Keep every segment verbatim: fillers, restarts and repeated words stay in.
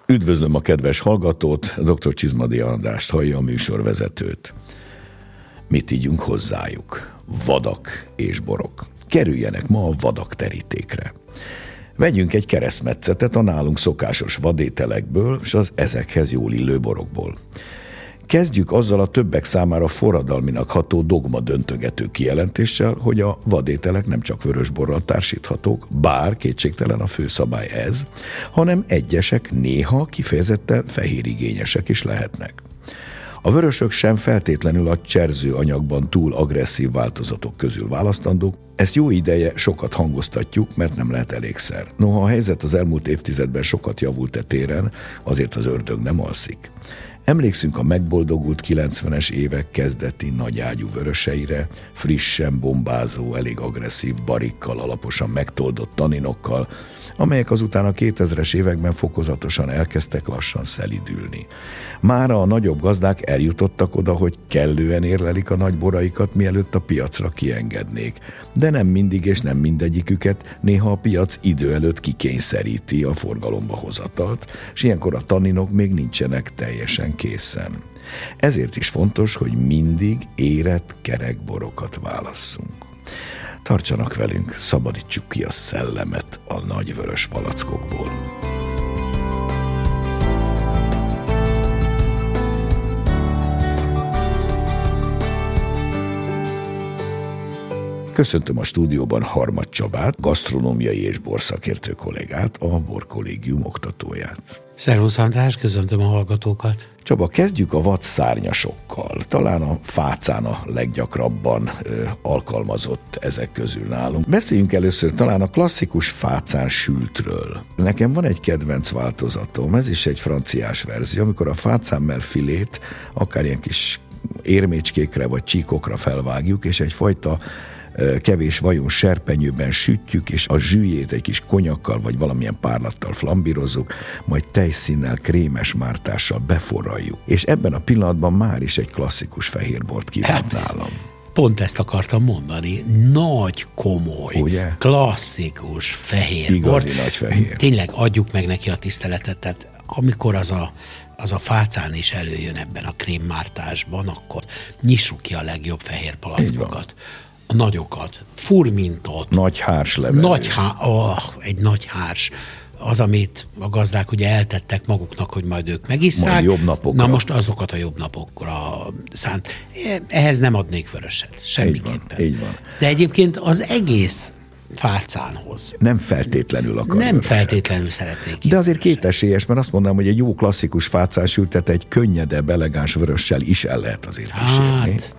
Üdvözlöm a kedves hallgatót, dr. Csizmadi Andrást hallja, a műsorvezetőt. Mit ígyunk hozzájuk? Vadak és borok. Kerüljenek ma a vadak terítékre. Vegyünk egy keresztmetszetet a nálunk szokásos vadételekből és az ezekhez jól illő borokból. Kezdjük azzal a többek számára forradalminak ható dogma döntögető kijelentéssel, hogy a vadételek nem csak vörösborral társíthatók, bár kétségtelen a főszabály ez, hanem egyesek néha kifejezetten fehérigényesek is lehetnek. A vörösök sem feltétlenül a cserző anyagban túl agresszív változatok közül választandók, ezt jó ideje sokat hangoztatjuk, mert nem lehet elégszer. Noha a helyzet az elmúlt évtizedben sokat javult e téren, azért az ördög nem alszik. Emlékszünk a megboldogult kilencvenes évek kezdeti nagyágyú vöröseire, frissen bombázó, elég agresszív barikkal, alaposan megtoldott taninokkal, amelyek azután a kétezres években fokozatosan elkezdtek lassan szelidülni. Mára a nagyobb gazdák eljutottak oda, hogy kellően érlelik a nagy boraikat, mielőtt a piacra kiengednék. De nem mindig és nem mindegyiküket, néha a piac idő előtt kikényszeríti a forgalomba hozatalt, és ilyenkor a taninok még nincsenek teljesen készen. Ezért is fontos, hogy mindig érett kerek borokat válasszunk. Tartsanak velünk, szabadítsuk ki a szellemet a nagy vörös palackokból. Köszöntöm a stúdióban Harmad Csabát, gasztronómiai és borszakértő kollégát, a Borkollégium oktatóját. Szervusz András, köszöntöm a hallgatókat. Csaba, kezdjük a vadszárnyasokkal. Talán a fácán a leggyakrabban ö, alkalmazott ezek közül nálunk. Beszéljünk először talán a klasszikus fácán sültről. Nekem van egy kedvenc változatom, ez is egy franciás verzió, amikor a fácánmell filét akár ilyen kis érmécskékre vagy csíkokra felvágjuk, és egyfajta kevés vajon serpenyőben sütjük, és a zsűjét egy kis konyakkal vagy valamilyen párlattal flambírozzuk, majd tejszínnel, krémes mártással beforraljuk. És ebben a pillanatban már is egy klasszikus fehérbort kívánt nálam. Pont ezt akartam mondani. Nagy, komoly, ugye? Klasszikus fehérbor. Igazi nagy fehér. Tényleg adjuk meg neki a tiszteletet, tehát amikor az a az a fácán is előjön ebben a krémmártásban, akkor nyissuk ki a legjobb fehér palackokat. A nagyokat, furmintot. Nagy hárslevelű. Nagy há, oh, egy nagy hárs. Az, amit a gazdák ugye eltettek maguknak, hogy majd ők megisszák. Majd jobb napokra. Na most azokat a jobb napokra szánt. Ehhez nem adnék vöröset. Semmiképpen. Így van, így van. De egyébként az egész fácánhoz. Nem feltétlenül akar Nem vöröset. feltétlenül szeretnék. De azért kétesélyes, mert azt mondanám, hogy egy jó klasszikus fácán sültet egy könnyedebb, elegáns vörössel is el lehet azért kísérni. Hát,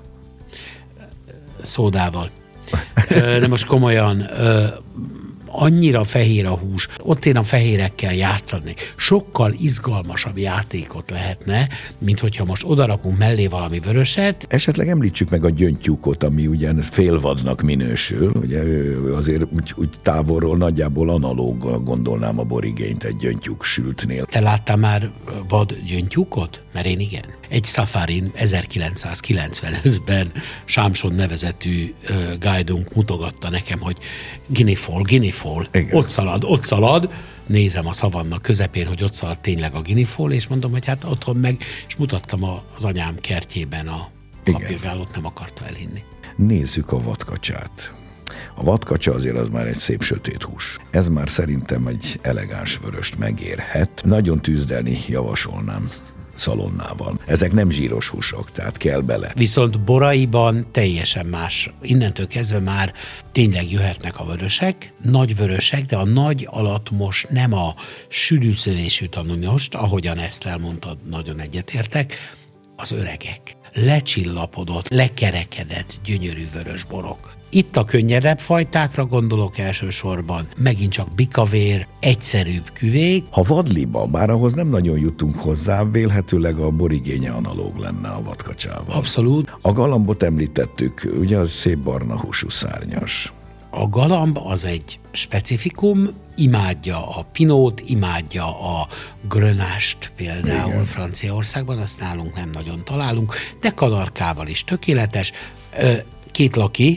szódával. De most komolyan, annyira fehér a hús, ott én a fehérekkel játszani. Sokkal izgalmasabb játékot lehetne, mint hogyha most odarakunk mellé valami vöröset. Esetleg említsük meg a gyöngytyúkot, ami ugyan félvadnak minősül, ugye azért úgy, úgy távolról nagyjából analóg gondolnám a borigényt egy gyöngytyúk sültnél. Te láttál már vad gyöngytyúkot? Mert én igen. Egy szafarin ezerkilencszázkilencvenötben Sámson nevezetű uh, guide-unk mutogatta nekem, hogy guinea fowl, guinea fowl, ott szalad, ott szalad, nézem a szavanna közepén, hogy ott szalad tényleg a guinea fowl, és mondom, hogy hát otthon meg, és mutattam a, az anyám kertjében a papírgálót, nem akarta elhinni. Nézzük a vadkacsát. A vadkacsa azért az már egy szép sötét hús. Ez már szerintem egy elegáns vöröst megérhet. Nagyon tűzdelni javasolnám szalonnával. Ezek nem zsíros húsok, tehát kell bele. Viszont boraiban teljesen más. Innentől kezdve már tényleg jöhetnek a vörösek, nagy vörösek, de a nagy alatt most nem a sűrűszövésű tanulmányost, ahogyan ezt elmondtad, nagyon egyetértek, az öregek. Lecsillapodott, lekerekedett, gyönyörű vörös borok. Itt a könnyedebb fajtákra gondolok elsősorban, megint csak bikavér, egyszerűbb küvék. Ha vadliba, bár ahhoz nem nagyon jutunk hozzá, vélhetőleg a borigénye analóg lenne a vadkacsával. Abszolút. A galambot említettük, ugye az szép barna húsú szárnyas. A galamb az egy specifikum, imádja a pinót, imádja a grönást például. Igen. Franciaországban, azt nálunk nem nagyon találunk, de kadarkával is tökéletes. Két laki,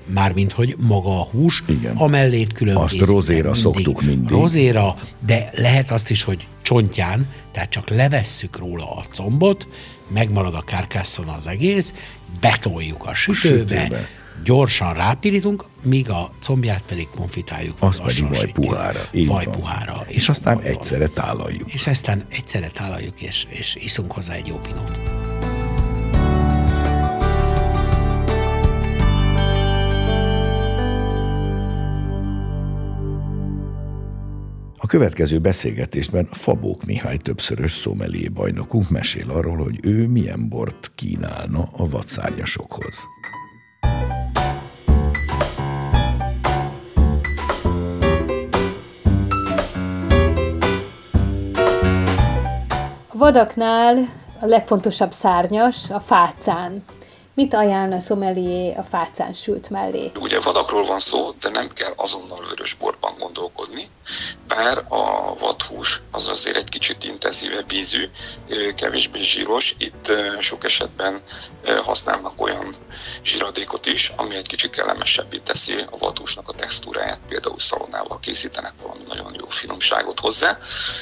mármint hogy maga a hús, igen. amellét külön azt készítem rozéra mindig. szoktuk mindig. Rozéra, de lehet azt is, hogy csontján, tehát csak levesszük róla a combot, megmarad a kárkászon az egész, betoljuk a sütőbe, a sütőbe. Gyorsan rápirítunk, míg a combját pedig konfitáljuk. Azt pedig vajpuhára. Vajpuhára. És, és aztán valóban. egyszerre tálaljuk. És aztán egyszerre tálaljuk, és, és iszunk hozzá egy jó pinót. A következő beszélgetésben Fabók Mihály többszörös sommelier bajnokunk mesél arról, hogy ő milyen bort kínálna a vadszárnyasokhoz. A vadaknál a legfontosabb szárnyas a fácán. Mit ajánl a sommelier a fácán sült mellé? Ugye vadakról van szó, de nem kell azonnal vörösborban gondolkodni, bár a vadhús az azért egy kicsit intenzívebb ízű, kevésbé zsíros. Itt sok esetben használnak olyan zsíradékot is, ami egy kicsit kellemesebbé teszi a vadhúsnak a textúráját, például szalonnával készítenek valami nagyon jó finomságot hozzá.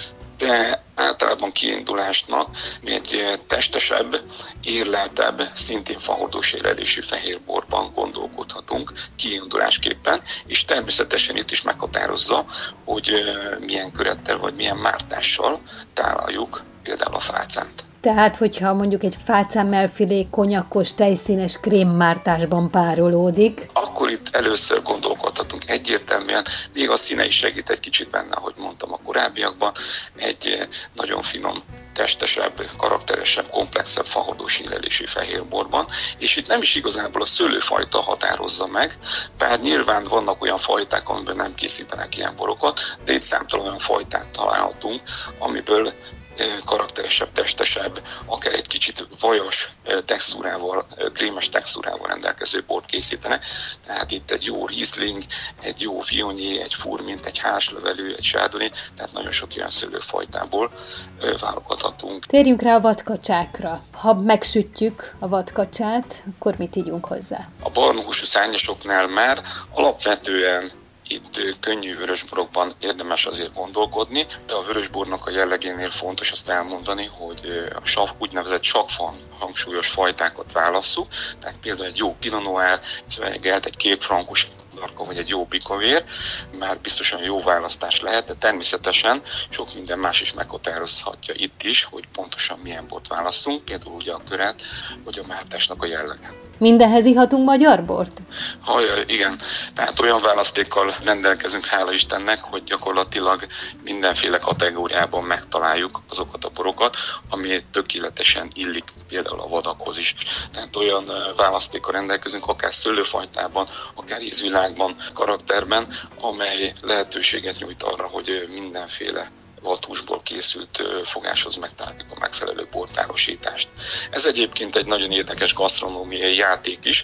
De általában kiindulásnak egy testesebb, érleltebb, szintén fahordós érlelésű fehérborban gondolkodhatunk kiindulásképpen, és természetesen itt is meghatározza, hogy milyen körettel vagy milyen mártással tálaljuk például a fácánt. Tehát, hogyha mondjuk egy fácán mellfilé konyakkos, tejszínes krémmártásban párolódik, akkor itt először gondolkodhatunk egyértelműen, még a színe is segít egy kicsit benne, ahogy mondtam a korábbiakban, egy nagyon finom, testesebb, karakteresebb, komplexebb fahordós érlelésű fehérborban, és itt nem is igazából a szőlőfajta határozza meg, bár nyilván vannak olyan fajták, amiből nem készítenek ilyen borokat, de itt számtalan olyan fajtát találhatunk, amiből karakteresebb, testesebb, akár egy kicsit vajas textúrával, krémes textúrával rendelkező bort készítenek. Tehát itt egy jó Riesling, egy jó Viognier, egy Furmint, egy hárslevelű, egy Chardonnay, tehát nagyon sok olyan szőlőfajtából válogathatunk. Térjünk rá a vadkacsákra. Ha megsütjük a vadkacsát, akkor mit ígyunk hozzá? A barnahúsú szárnyasoknál már alapvetően itt könnyű vörösborokban érdemes azért gondolkodni, de a vörösbornak a jellegénél fontos azt elmondani, hogy a sav, úgynevezett savfan hangsúlyos fajtákat válasszuk, tehát például egy jó Pinot Noir, egy, egy két frankos darka vagy egy jó bikavér, már biztosan jó választás lehet, de természetesen sok minden más is meghatározhatja itt is, hogy pontosan milyen bort választunk, például ugye a köret, vagy a mártásnak a jellege. Mindenhez ihatunk magyar bort? Ha, igen, tehát olyan választékkal rendelkezünk, hála Istennek, hogy gyakorlatilag mindenféle kategóriában megtaláljuk azokat a borokat, ami tökéletesen illik például a vadakhoz is. Tehát olyan választékkal rendelkezünk, akár szőlőfajtában, akár ízvilágban, karakterben, amely lehetőséget nyújt arra, hogy mindenféle vadhúsból készült fogáshoz megtaláljuk a megfelelő bortárosítást. Ez egyébként egy nagyon érdekes gasztronómiai játék is,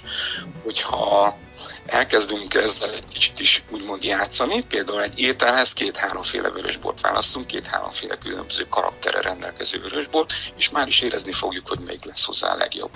hogyha elkezdünk ezzel egy kicsit is úgymond játszani, például egy ételhez két-háromféle vörösbort választunk, két-háromféle különböző karakterre rendelkező vörösbort, és már is érezni fogjuk, hogy melyik lesz hozzá a legjobb.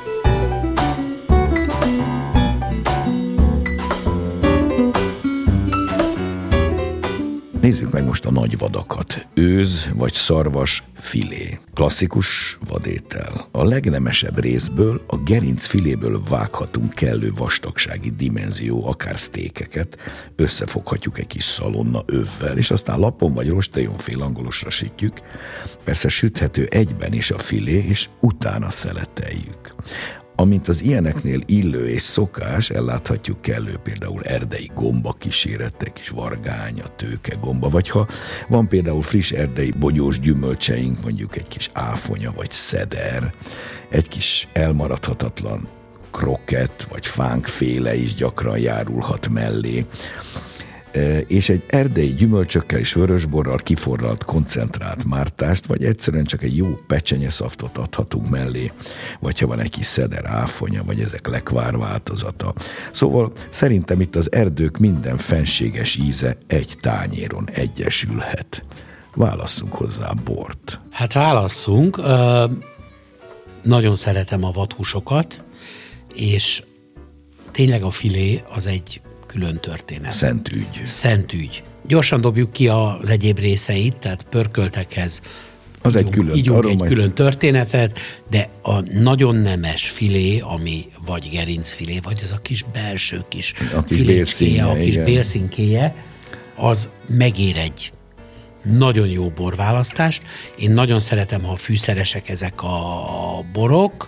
Nézzük meg most a nagy vadakat. Őz vagy szarvas filé. Klasszikus vadétel. A legnemesebb részből, a gerinc filéből vághatunk kellő vastagsági dimenzió, akár sztékeket, összefoghatjuk egy kis szalonna övvel, és aztán lapon vagy rostélyon félangolosra sütjük. Persze süthető egyben is a filé, és utána szeleteljük. Amint az ilyeneknél illő és szokás, elláthatjuk kellő például erdei gomba kísérettel, kis vargánya, tőke gomba, vagy ha van például friss erdei bogyós gyümölcseink, mondjuk egy kis áfonya vagy szeder, egy kis elmaradhatatlan krokett vagy fánkféle is gyakran járulhat mellé, és egy erdei gyümölcsökkel és vörösborral kiforralt koncentrált mártást, vagy egyszerűen csak egy jó pecsenyeszaftot adhatunk mellé, vagy ha van egy kis szeder áfonya, vagy ezek lekvár változata. Szóval szerintem itt az erdők minden fenséges íze egy tányéron egyesülhet. Válasszunk hozzá bort. Hát válasszunk. Nagyon szeretem a vadhúsokat, és tényleg a filé az egy külön történet. Szentügy. Szentügy. Gyorsan dobjuk ki az egyéb részeit, tehát pörköltekhez az ígyunk, egy külön, ígyunk egy majd... külön történetet, de a nagyon nemes filé, ami vagy gerincfilé, vagy az a kis belső kis, a kis filécskéje, a kis igen. bélszínkéje, az megér egy nagyon jó borválasztást. Én nagyon szeretem, ha fűszeresek ezek a borok,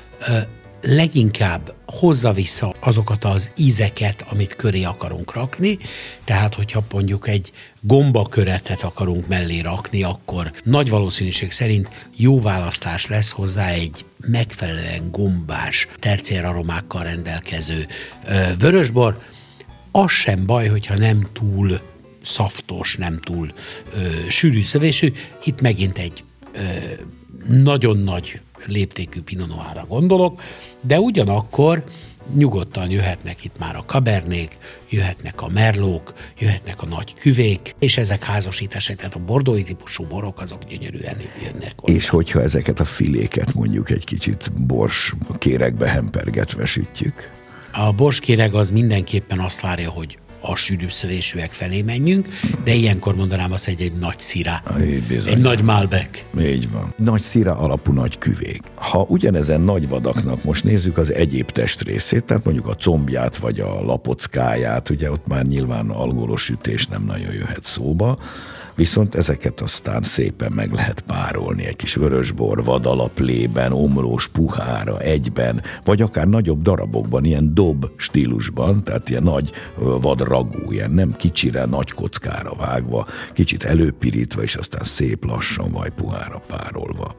leginkább hozza vissza azokat az ízeket, amit köré akarunk rakni, tehát hogyha mondjuk egy gombaköretet akarunk mellé rakni, akkor nagy valószínűség szerint jó választás lesz hozzá egy megfelelően gombás, terciér aromákkal rendelkező ö, vörösbor. Az sem baj, hogyha nem túl szaftos, nem túl ö, sűrű szövésű. Itt megint egy ö, nagyon nagy léptékű Pinot Noirra gondolok, de ugyanakkor nyugodtan jöhetnek itt már a kabernék, jöhetnek a merlók, jöhetnek a nagy küvék, és ezek házasításai, tehát a bordói típusú borok, azok gyönyörűen jönnek hozzá. És hogyha ezeket a filéket mondjuk egy kicsit bors kéregbe hempergetve sütjük? A borskéreg az mindenképpen azt várja, hogy a sűrű szövésűek felé menjünk, de ilyenkor mondanám azt, hogy egy nagy szirá, egy nagy Malbec. Így van. Nagy szirá alapú nagy küvék. Ha ugyanezen nagy vadaknak most nézzük az egyéb testrészét, tehát mondjuk a combját vagy a lapockáját, ugye ott már nyilván algólos sütés nem nagyon jöhet szóba, viszont ezeket aztán szépen meg lehet párolni egy kis vörösbor, vadalaplében, omlós puhára, egyben, vagy akár nagyobb darabokban, ilyen dob stílusban, tehát ilyen nagy vadragú, ilyen nem kicsire, nagy kockára vágva, kicsit előpirítva, és aztán szép lassan vaj puhára párolva.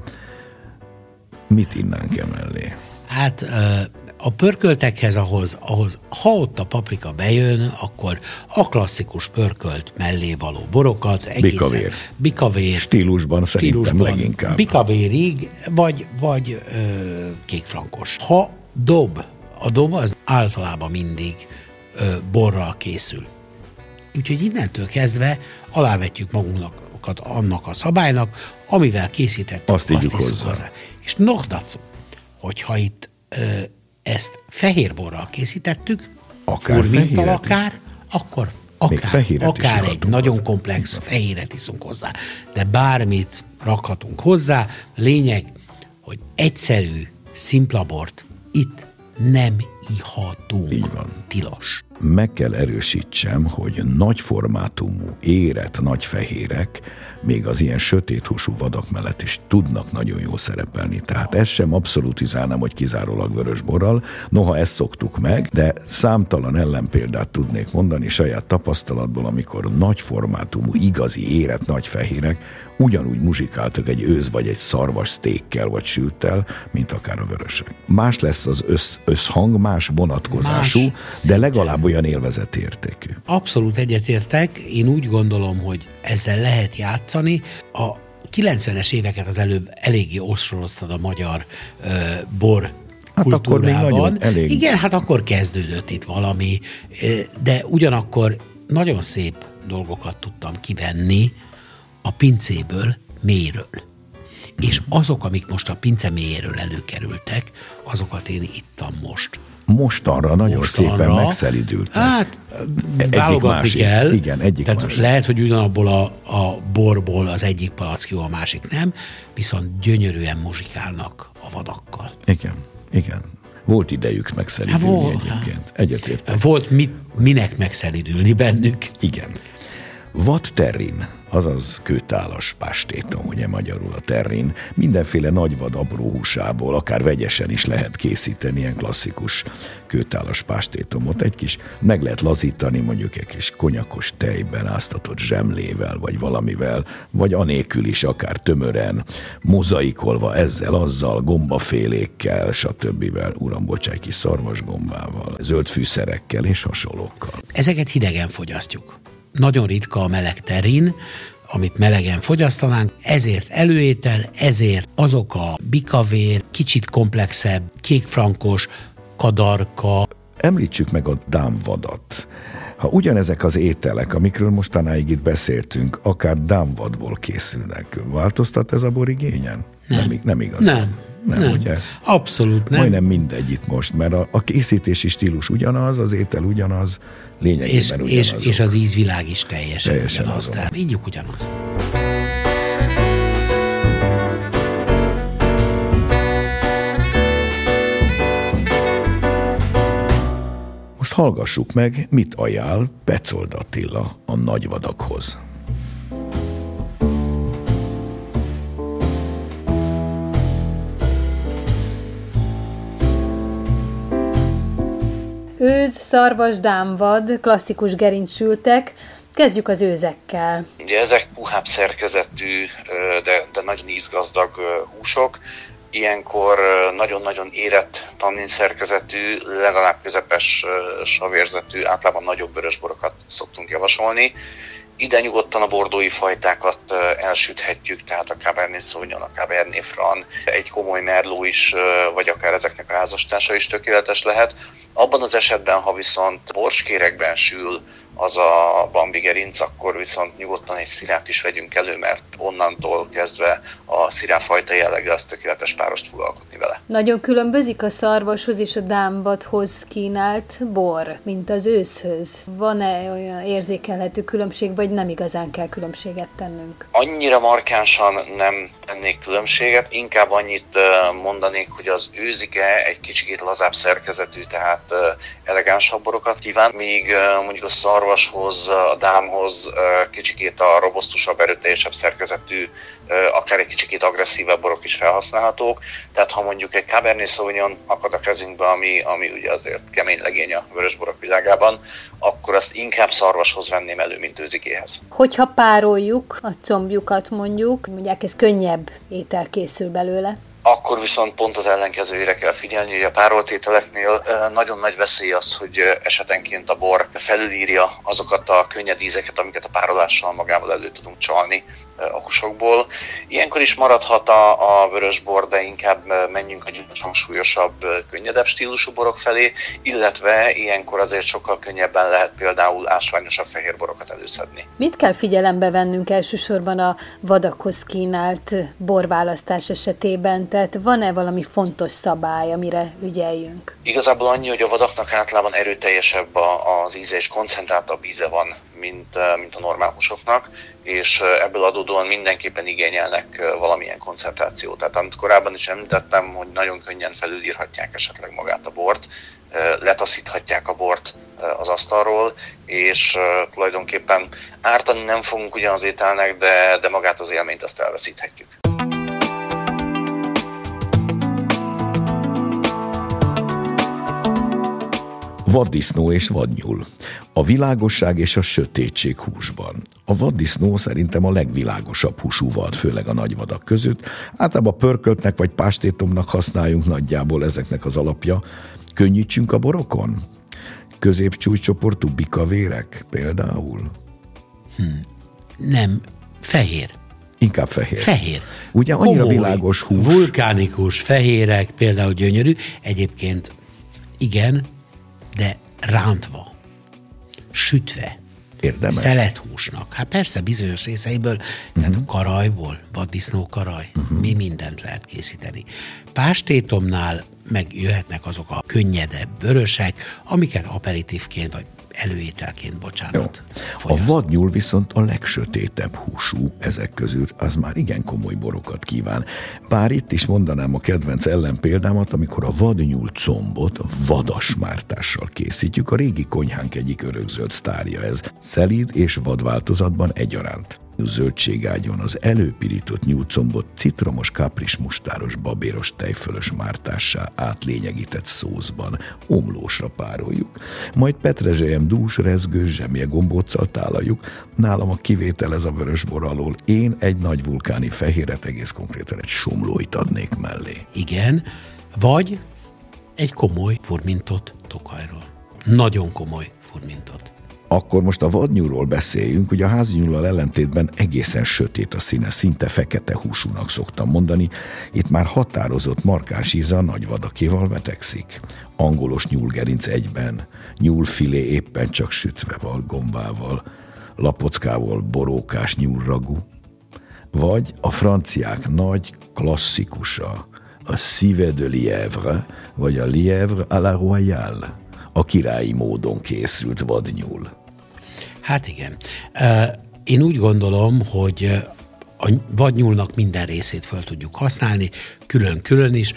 Mit innánk emellé? Hát a pörköltekhez ahhoz, ahhoz, ha ott a paprika bejön, akkor a klasszikus pörkölt mellé való borokat. Bikavér. Bikavér. Stílusban szerintem stílusban, leginkább. Bikavérig, vagy, vagy ö, kékfrankos. Ha dob, a dob az általában mindig ö, borral készül. Úgyhogy innentől kezdve alávetjük magunknak annak a szabálynak, amivel készítettük, azt, azt hozzá. hozzá. És noch dazu, hogyha itt ö, ezt fehérborral készítettük, akár furmintal akár, akkor akár, akár egy nagyon hozzá. komplex fehéret iszunk hozzá. De bármit rakhatunk hozzá, lényeg, hogy egyszerű, szimpla bort itt nem ihatunk. Így van. Tilos. Meg kell erősítsem, hogy nagy formátumú, érett nagy fehérek még az ilyen sötéthúsú vadak mellett is tudnak nagyon jól szerepelni. Tehát ezt sem abszolutizálnám, hogy kizárólag vörösborral, noha ezt szoktuk meg, de számtalan ellenpéldát tudnék mondani saját tapasztalatból, amikor nagy formátumú, igazi érett nagy fehérek ugyanúgy muzsikáltak egy őz vagy egy szarvas sztékkel vagy sülttel, mint akár a vörösek. Más lesz az össz, összhang, más vonatkozású, más, de legalább olyan élvezetértékű. Abszolút egyetértek. Én úgy gondolom, hogy ezzel lehet játszani. A kilencvenes éveket az előbb eléggé oszoroztad a magyar ö, bor hát kultúrában. Elég... Igen, hát akkor kezdődött itt valami, de ugyanakkor nagyon szép dolgokat tudtam kivenni a pincéből, mélyről. Mm. És azok, amik most a pince mélyéről előkerültek, azokat én ittam most. Mostanra nagyon Mostanra, szépen megszelidültek. Hát, válogatni kell. Igen, egyik Tehát másik. Lehet, hogy ugyanabból a, a borból az egyik palack jó, a másik nem, viszont gyönyörűen muzsikálnak a vadakkal. Igen, igen. Volt idejük megszelidülni Há, volt, egyébként. Egyetértek. Volt mit, minek megszelidülni bennük. Igen. Vad terrin, azaz kőtálas pástétom, ugye magyarul a terrin, mindenféle nagyvad apró húsából, akár vegyesen is lehet készíteni ilyen klasszikus kőtálas pástétomot. Egy kis, meg lehet lazítani mondjuk egy kis konyakos tejben, áztatott zsemlével, vagy valamivel, vagy anélkül is akár tömören, mozaikolva ezzel, azzal, gombafélékkel, stb. Uram, bocsánat, kis szarvasgombával, zöld fűszerekkel és hasonlókkal. Ezeket hidegen fogyasztjuk. Nagyon ritka a meleg terrin, amit melegen fogyasztanánk, ezért előétel, ezért azok a bikavér, kicsit komplexebb, kékfrankos, kadarka. Említsük meg a dámvadat. Ha ugyanezek az ételek, amikről mostanáig itt beszéltünk, akár dámvadból készülnek, változtat ez a bor igényen? Nem. Nem, nem igaz. Nem. Nem, nem. Ugye? Abszolút nem. Majdnem mindegy itt most, mert a, a készítési stílus ugyanaz, az étel ugyanaz, lényegében és, ugyanaz. És, és az ízvilág is teljesen, teljesen ugyanaz. Tehát ígyjuk ugyanazt. Most hallgassuk meg, mit ajánl Petzold Attila a nagyvadakhoz. Őz, szarvas, dámvad, klasszikus gerincsültek. Kezdjük az őzekkel. Ugye ezek puhább szerkezetű, de, de nagyon ízgazdag húsok. Ilyenkor nagyon-nagyon érett tannin szerkezetű, legalább közepes savérzetű, általában nagyobb vörösborokat szoktunk javasolni. Ide nyugodtan a bordói fajtákat elsüthetjük, tehát a Cabernet Sauvignon, a Cabernet Franc, egy komoly merlot is, vagy akár ezeknek a házastársa is tökéletes lehet. Abban az esetben, ha viszont borskérekben sül az a bambi gerinc, akkor viszont nyugodtan egy szirát is vegyünk elő, mert onnantól kezdve a sziráfajta jellege az tökéletes párost fog alkotni vele. Nagyon különbözik a szarvashoz és a dámvadhoz kínált bor, mint az őszhöz. Van-e olyan érzékelhető különbség, vagy nem igazán kell különbséget tennünk? Annyira markánsan nem tennék különbséget, inkább annyit mondanék, hogy az őzike egy kicsit lazább szerkezetű, tehát elegánsabb borokat kíván, míg mondjuk a szarvashoz, a dámhoz kicsikét a robosztusabb, erőteljesebb szerkezetű, akár egy kicsikét agresszívebb borok is felhasználhatók. Tehát ha mondjuk egy Cabernet Sauvignon akad a kezünkbe, ami, ami ugye azért kemény legény a vörösborok világában, akkor azt inkább szarvashoz venném elő, mint őzikéhez. Hogyha pároljuk a combjukat mondjuk, mondják, ez könnyebb étel készül belőle. Akkor viszont pont az ellenkezőjére kell figyelni, hogy a párolt ételeknél nagyon nagy veszély az, hogy esetenként a bor felülírja azokat a könnyed ízeket, amiket a párolással magával elő tudunk csalni a húsokból. Ilyenkor is maradhat a, a vörösbor, de inkább menjünk a hangsúlyosabb, könnyedebb stílusú borok felé, illetve ilyenkor azért sokkal könnyebben lehet például ásványosabb fehérborokat előszedni. Mit kell figyelembe vennünk elsősorban a vadakhoz kínált borválasztás esetében? Tehát van-e valami fontos szabály, amire ügyeljünk? Igazából annyi, hogy a vadaknak általában erőteljesebb az íze és koncentráltabb íze van, mint, mint a normál húsoknak, és ebből adódóan mindenképpen igényelnek valamilyen koncentrációt. Tehát amit korábban is említettem, hogy nagyon könnyen felülírhatják esetleg magát a bort, letaszíthatják a bort az asztalról, és tulajdonképpen ártani nem fogunk ugyan az ételnek, de, de magát az élményt azt elveszíthetjük. Vaddisznó és vadnyúl. A világosság és a sötétség húsban. A vaddisznó szerintem a legvilágosabb húsú vad, főleg a nagyvadak között. Általában pörköltnek vagy pástétomnak használjunk nagyjából, ezeknek az alapja. Könnyítsünk a borokon? Középcsúcscsoportú bikavérek például? Hmm. Nem, fehér. Inkább fehér. Fehér. Ugye annyira Komoly, világos hús. Vulkánikus fehérek, például gyönyörű. Egyébként igen, de rántva, sütve, érdemes. szelethúsnak. Hát persze bizonyos részeiből, uh-huh. tehát a karajból, vaddisznó karaj, uh-huh. mi mindent lehet készíteni. Pástétomnál meg jöhetnek azok a könnyedebb vörösek, amiket aperitívként vagy előételként, bocsánat. Jó. A vadnyúl viszont a legsötétebb húsú ezek közül, az már igen komoly borokat kíván. Bár itt is mondanám a kedvenc ellenpéldámat, amikor a vadnyúl combot vadasmártással készítjük, a régi konyhánk egyik örökzöld sztárja ez. Szelíd és vadváltozatban egyaránt. Zöldségágyon az előpirított nyúlcombot citromos, kaprismustáros, babéros, tejfölös mártássá átlényegített szószban omlósra pároljuk, majd petrezselyem dús, rezgős zsemje gombóccal tálaljuk. Nálam a kivétel ez a vörösbor alól. Én egy nagy vulkáni fehéret, egész konkrétan egy somlóit adnék mellé. Igen, vagy egy komoly furmintot Tokajról. Nagyon komoly furmintot. Akkor most a vadnyúlról beszéljünk, ugye a háznyúllal ellentétben egészen sötét a színe, szinte fekete húsúnak szoktam mondani, itt már határozott markáns íze a nagyvadakéval vetekszik. Angolos nyúlgerinc egyben, nyúlfilé éppen csak sütve val gombával, lapockával borókás nyúlragú, vagy a franciák nagy klasszikusa, a civet de lièvre, vagy a lièvre à la royale, a királyi módon készült vadnyúl. Hát igen. Én úgy gondolom, hogy a vadnyúlnak minden részét fel tudjuk használni, külön-külön is.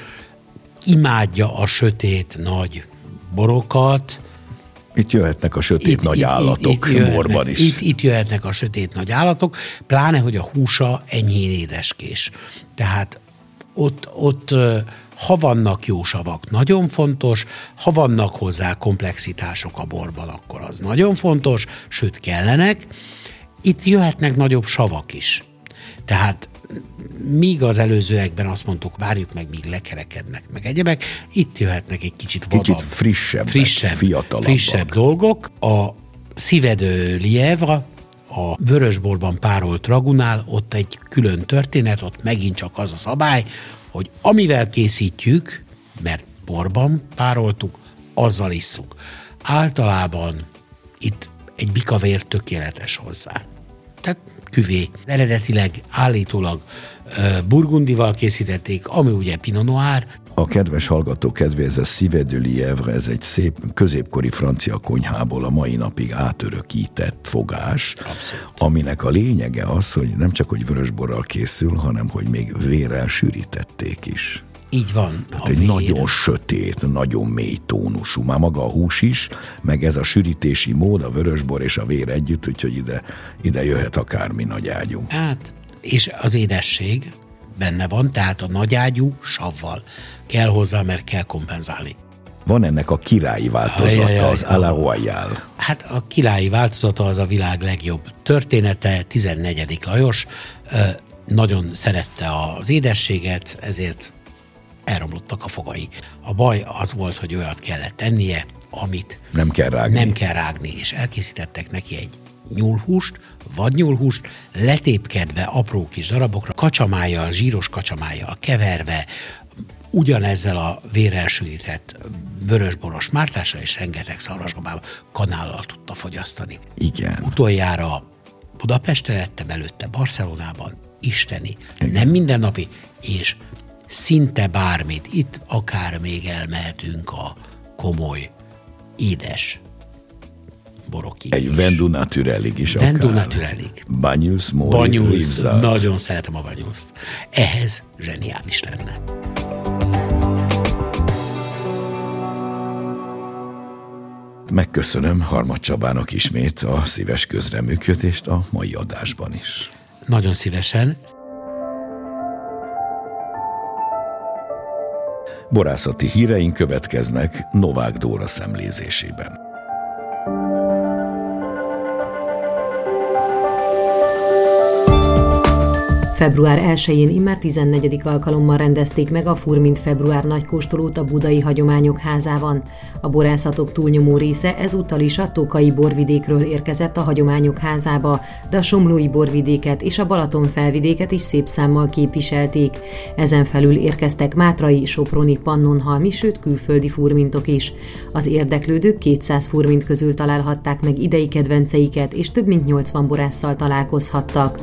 Imádja a sötét nagy borokat. Itt jöhetnek a sötét itt, nagy itt, állatok itt, itt borban is. Itt, itt jöhetnek a sötét nagy állatok, pláne, hogy a húsa enyhén édeskés. Tehát ott, ott ha vannak jó savak, nagyon fontos, ha vannak hozzá komplexitások a borban, akkor az nagyon fontos, sőt kellenek. Itt jöhetnek nagyobb savak is. Tehát míg az előzőekben azt mondtuk, várjuk meg, míg lekerekednek, meg egyebek, itt jöhetnek egy kicsit vadabb, kicsit frissebb, frissebb, fiatalabbak. frissebb dolgok. A civet de lièvre, a vörösborban párolt ragunál, ott egy külön történet, ott megint csak az a szabály, hogy amivel készítjük, mert borban pároltuk, azzal isszuk. Általában itt egy bikavér tökéletes hozzá. Tehát küvé. Eredetileg állítólag uh, burgundival készítették, ami ugye Pinot Noir. A kedves hallgató kedvéhez, a civet de lièvre, ez egy szép középkori francia konyhából a mai napig átörökített fogás, abszolút, aminek a lényege az, hogy nem csak hogy vörösborral készül, hanem hogy még vérrel sűrítették is. Így van. Tehát egy vér. Nagyon sötét, nagyon mély tónusú. Már maga a hús is, meg ez a sűrítési mód, a vörösbor és a vér együtt, úgyhogy ide, ide jöhet akármi nagyágyú. Hát, és az édesség benne van, tehát a nagyágyú savval kell hozzá, mert kell kompenzálni. Van ennek a királyi változata, Ajajaj, az à la royale. Hát a királyi változata az a világ legjobb története, tizennegyedik Lajos nagyon szerette az édességet, ezért elromlottak a fogai. A baj az volt, hogy olyat kellett tennie, amit nem kell rágni. Nem kell rágni, és elkészítettek neki egy nyúlhúst, vadnyúlhúst, letépkedve apró kis darabokra, kacsamájjal, zsíros kacsamájjal keverve, ugyanezzel a vérrel sűrített vörösboros mártással és rengeteg szarvasgabával, kanállal tudta fogyasztani. Igen. Utoljára Budapesten lettem, előtte Barcelonában, isteni, igen, nem mindennapi, és szinte bármit, itt akár még elmehetünk a komoly, édes borokig egy Vendu Naturelig is akár. Vendu Naturelig. Banyuls, Móri, Banyuls, nagyon szeretem a Banyulst. Ehhez zseniális lenne. Megköszönöm Harmad Csabának ismét a szíves közreműködést a mai adásban is. Nagyon szívesen. Borászati híreink következnek Novák Dóra szemlézésében. február elsején immár tizennegyedik alkalommal rendezték meg a Furmint február nagykóstolót a Budai Hagyományok Házában. A borászatok túlnyomó része ezúttal is a Tókai borvidékről érkezett a Hagyományok Házába, de a Somlói borvidéket és a Balaton felvidéket is szép számmal képviselték. Ezen felül érkeztek mátrai, soproni, pannonhalmi, sőt külföldi furmintok is. Az érdeklődők kétszáz furmint közül találhatták meg idei kedvenceiket, és több mint nyolcvan borásszal találkozhattak.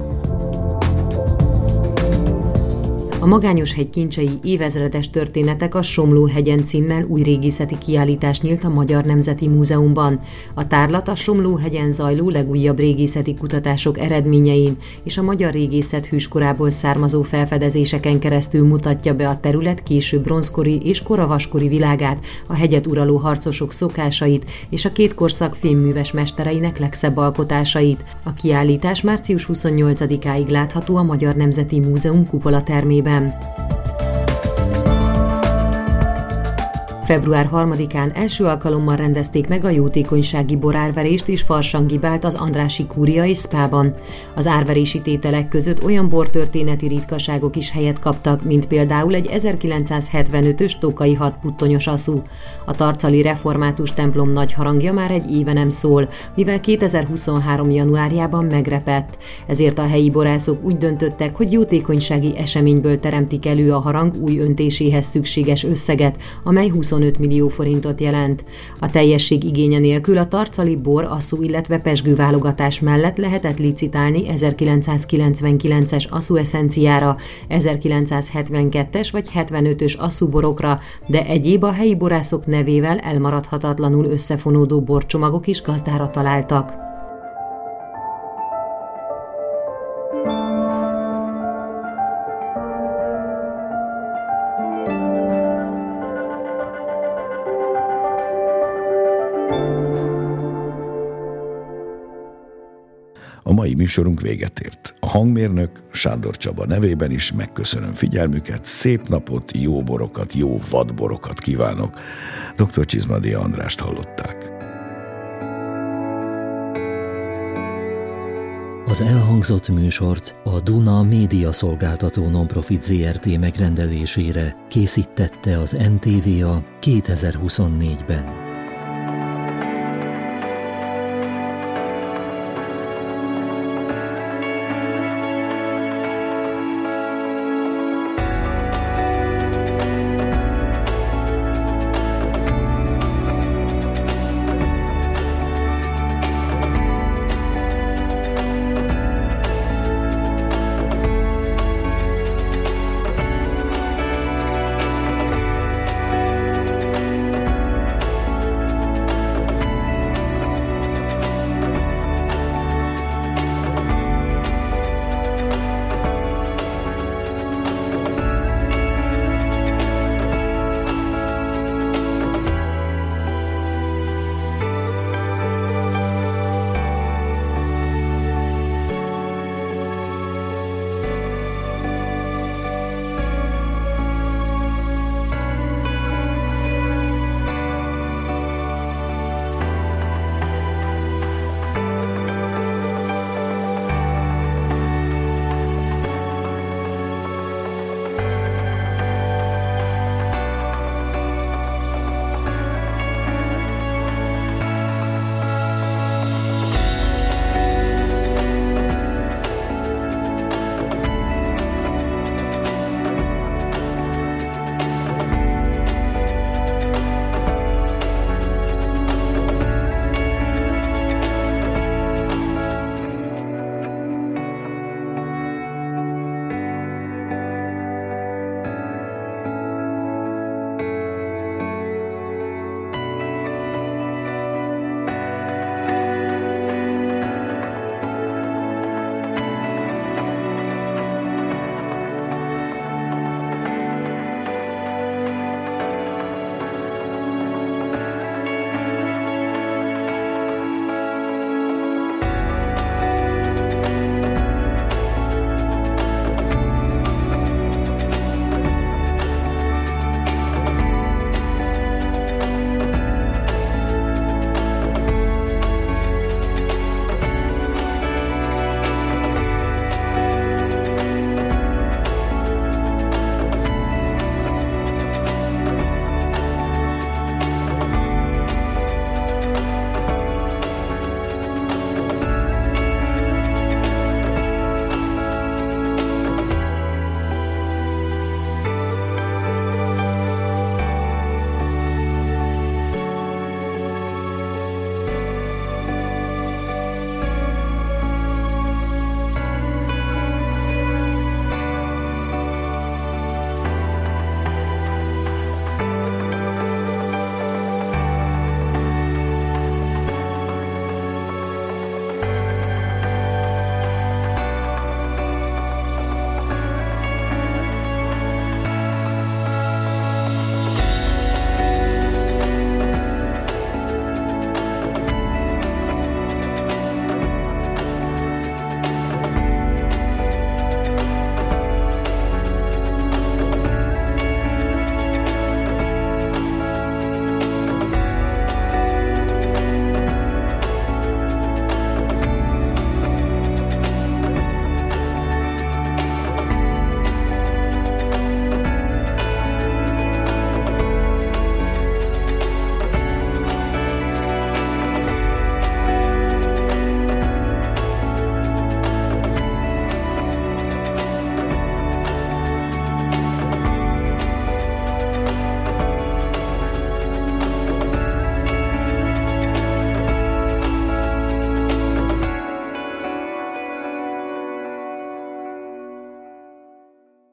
A Magányoshegy kincsei évezredes történetek a Somló-hegyen címmel új régészeti kiállítás nyílt a Magyar Nemzeti Múzeumban. A tárlat a Somló-hegyen zajló legújabb régészeti kutatások eredményein és a magyar régészet hűskorából származó felfedezéseken keresztül mutatja be a terület késő bronzkori és koravaskori világát, a hegyet uraló harcosok szokásait és a két korszak fémműves mestereinek legszebb alkotásait. A kiállítás március huszonnyolcadikáig látható a Magyar Nemzeti Múzeum kupolatermében. február harmadikán első alkalommal rendezték meg a jótékonysági borárverést és farsangibált az Andrássy Kúria és Spában. Az árverési tételek között olyan bortörténeti ritkaságok is helyet kaptak, mint például egy ezerkilencszázhetvenötös tokai hatputtonyos asszú. A tarcali református templom nagy harangja már egy éve nem szól, mivel kétezer-huszonhárom januárjában megrepett. Ezért a helyi borászok úgy döntöttek, hogy jótékonysági eseményből teremtik elő a harang új öntéséhez szükséges összeget, amely huszonöt millió forintot jelent. A teljesség igénye nélkül a tarcali bor, asszú, illetve pezsgő válogatás mellett lehetett licitálni ezerkilencszázkilencvenkilences asszú eszenciára, ezerkilencszázhetvenkettes vagy hetvenötös asszú borokra, de egyéb a helyi borászok nevével elmaradhatatlanul összefonódó borcsomagok is gazdára találtak. A mai műsorunk véget ért. A hangmérnök Sándor Csaba nevében is megköszönöm figyelmüket, szép napot, jó borokat, jó vadborokat kívánok. doktor Csizmadia Andrást hallották. Az elhangzott műsort a Duna Média Szolgáltató Nonprofit zé er té megrendelésére készítette az en té vé á kétezer-huszonnégyben.